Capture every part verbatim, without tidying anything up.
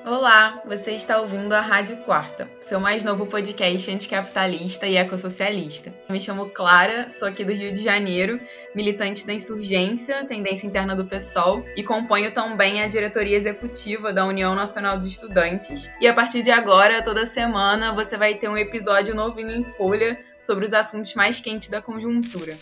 Olá, você está ouvindo a Rádio Quarta, seu mais novo podcast anticapitalista e ecossocialista. Me chamo Clara, sou aqui do Rio de Janeiro, militante da Insurgência, tendência interna do PSOL, e componho também a diretoria executiva da União Nacional dos Estudantes. E a partir de agora, toda semana, você vai ter um episódio novinho em folha sobre os assuntos mais quentes da conjuntura.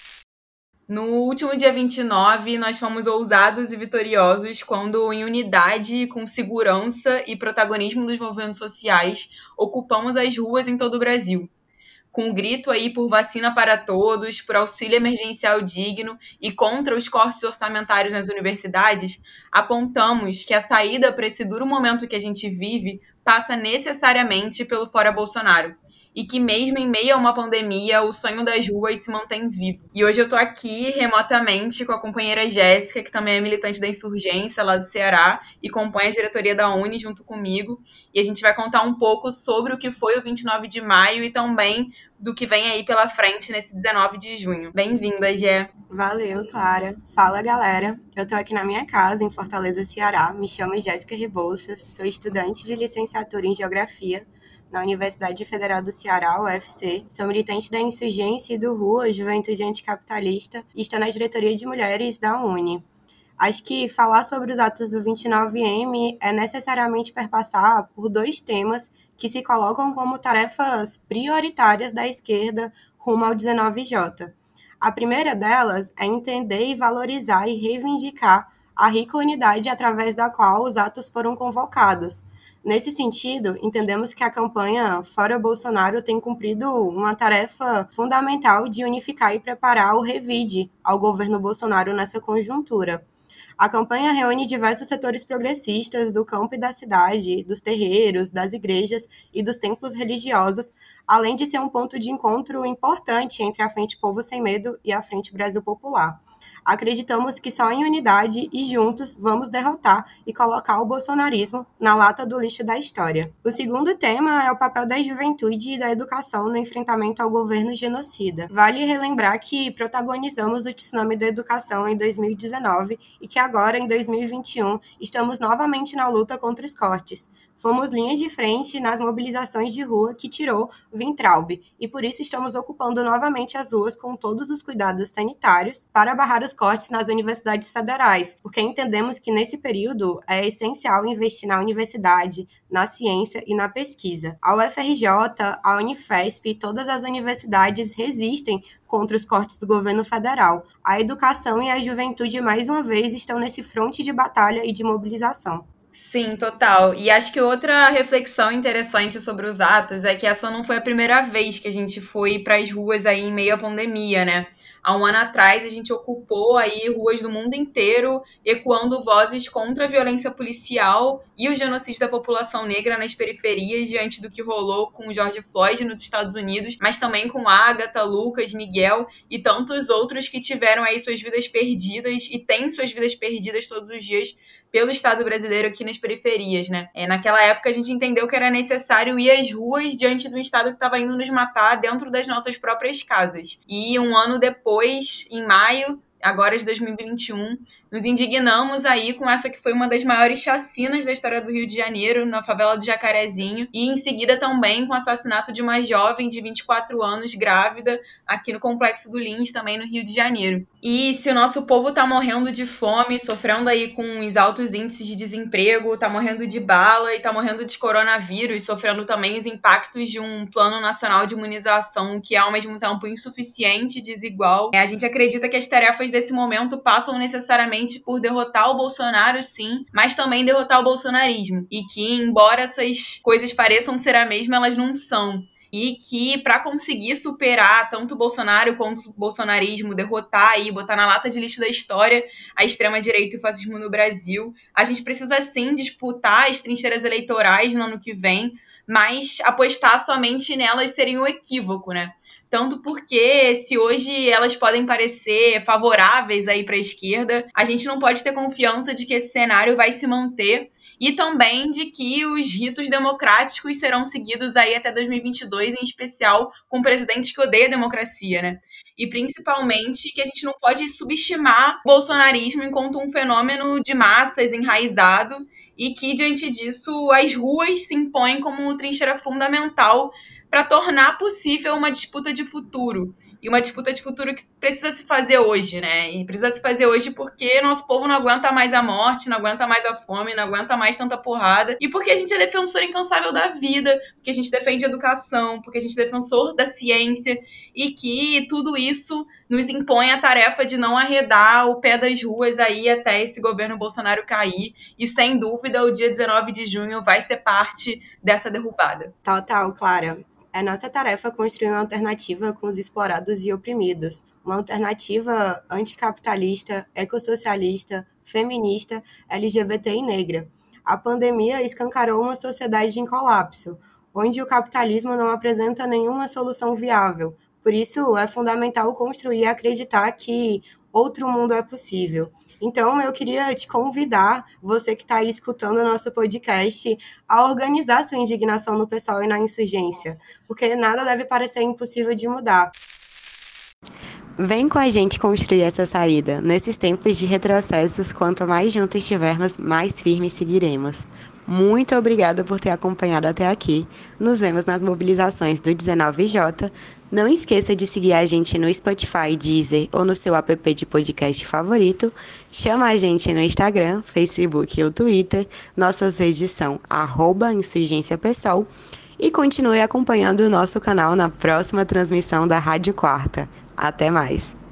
No último dia vinte e nove, nós fomos ousados e vitoriosos quando, em unidade, com segurança e protagonismo dos movimentos sociais, ocupamos as ruas em todo o Brasil. Com o grito aí por vacina para todos, por auxílio emergencial digno e contra os cortes orçamentários nas universidades, apontamos que a saída para esse duro momento que a gente vive passa necessariamente pelo Fora Bolsonaro. E que mesmo em meio a uma pandemia, o sonho das ruas se mantém vivo. E hoje eu tô aqui remotamente com a companheira Jéssica, que também é militante da Insurgência lá do Ceará e compõe a diretoria da Uni junto comigo. E a gente vai contar um pouco sobre o que foi o vinte e nove de maio e também do que vem aí pela frente nesse dezenove de junho. Bem-vinda, Gé. Valeu, Clara. Fala, galera. Eu tô aqui na minha casa, em Fortaleza, Ceará. Me chamo Jéssica Rebouças, sou estudante de licenciatura em Geografia na Universidade Federal do Ceará, U F C. Sou militante da Insurgência e do Rua, Juventude Anticapitalista, e estou na diretoria de mulheres da Uni. Acho que falar sobre os atos do vinte e nove eme é necessariamente perpassar por dois temas que se colocam como tarefas prioritárias da esquerda rumo ao dezenove jota. A primeira delas é entender e valorizar e reivindicar a rica unidade através da qual os atos foram convocados. Nesse sentido, entendemos que a campanha Fora Bolsonaro tem cumprido uma tarefa fundamental de unificar e preparar o revide ao governo Bolsonaro nessa conjuntura. A campanha reúne diversos setores progressistas do campo e da cidade, dos terreiros, das igrejas e dos templos religiosos, além de ser um ponto de encontro importante entre a Frente Povo Sem Medo e a Frente Brasil Popular. Acreditamos que só em unidade e juntos vamos derrotar e colocar o bolsonarismo na lata do lixo da história. O segundo tema é o papel da juventude e da educação no enfrentamento ao governo genocida. Vale relembrar que protagonizamos o tsunami da educação em dois mil e dezenove e que agora, em dois mil e vinte e um, estamos novamente na luta contra os cortes. Fomos linhas de frente nas mobilizações de rua que tirou Weintraub, e por isso estamos ocupando novamente as ruas com todos os cuidados sanitários para barrar os cortes nas universidades federais, porque entendemos que nesse período é essencial investir na universidade, na ciência e na pesquisa. A U F R J, a Unifesp e todas as universidades resistem contra os cortes do governo federal. A educação e a juventude, mais uma vez, estão nesse fronte de batalha e de mobilização. Sim, total. E acho que outra reflexão interessante sobre os atos é que essa não foi a primeira vez que a gente foi para as ruas aí em meio à pandemia, né? Há um ano atrás a gente ocupou aí ruas do mundo inteiro, ecoando vozes contra a violência policial e o genocídio da população negra nas periferias diante do que rolou com o George Floyd nos Estados Unidos, mas também com Agatha, Lucas, Miguel e tantos outros que tiveram aí suas vidas perdidas e têm suas vidas perdidas todos os dias pelo Estado brasileiro aqui nas periferias, né? É, naquela época a gente entendeu que era necessário ir às ruas diante do Estado que estava indo nos matar dentro das nossas próprias casas. E um ano depois, em maio, agora de dois mil e vinte e um, nos indignamos aí com essa que foi uma das maiores chacinas da história do Rio de Janeiro, na favela do Jacarezinho, e em seguida também com o assassinato de uma jovem de vinte e quatro anos, grávida, aqui no Complexo do Lins, também no Rio de Janeiro. E se o nosso povo tá morrendo de fome, sofrendo aí com os altos índices de desemprego, tá morrendo de bala e tá morrendo de coronavírus, sofrendo também os impactos de um plano nacional de imunização que é ao mesmo tempo insuficiente e desigual, a gente acredita que as tarefas desse momento passam necessariamente por derrotar o Bolsonaro, sim, mas também derrotar o bolsonarismo. E que, embora essas coisas pareçam ser a mesma, elas não são. E que, para conseguir superar tanto o Bolsonaro quanto o bolsonarismo, derrotar e botar na lata de lixo da história a extrema-direita e o fascismo no Brasil, a gente precisa, sim, disputar as trincheiras eleitorais no ano que vem, mas apostar somente nelas seria um equívoco, né? tanto porque se hoje elas podem parecer favoráveis aí para a esquerda, a gente não pode ter confiança de que esse cenário vai se manter e também de que os ritos democráticos serão seguidos aí até dois mil e vinte e dois, em especial com um presidente que odeia a democracia, né? E principalmente que a gente não pode subestimar o bolsonarismo enquanto um fenômeno de massas enraizado e que, diante disso, as ruas se impõem como trincheira fundamental para tornar possível uma disputa de futuro. E uma disputa de futuro que precisa se fazer hoje, né? E precisa se fazer hoje porque nosso povo não aguenta mais a morte, não aguenta mais a fome, não aguenta mais tanta porrada. E porque a gente é defensor incansável da vida, porque a gente defende a educação, porque a gente é defensor da ciência e que tudo isso nos impõe a tarefa de não arredar o pé das ruas aí até esse governo Bolsonaro cair. E, sem dúvida, o dia dezenove de junho vai ser parte dessa derrubada. Total, Clara. É nossa tarefa construir uma alternativa com os explorados e oprimidos, uma alternativa anticapitalista, ecossocialista, feminista, L G B T e negra. A pandemia escancarou uma sociedade em colapso, onde o capitalismo não apresenta nenhuma solução viável. Por isso, é fundamental construir e acreditar que outro mundo é possível. Então, eu queria te convidar, você que está aí escutando o nosso podcast, a organizar sua indignação no pessoal e na insurgência, porque nada deve parecer impossível de mudar. Vem com a gente construir essa saída. Nesses tempos de retrocessos, quanto mais juntos estivermos, mais firmes seguiremos. Muito obrigada por ter acompanhado até aqui. Nos vemos nas mobilizações do dezenove J. Não esqueça de seguir a gente no Spotify, Deezer ou no seu app de podcast favorito. Chama a gente no Instagram, Facebook ou Twitter. Nossas redes são arroba Insurgência Pessoal. E continue acompanhando o nosso canal na próxima transmissão da Rádio Quarta. Até mais!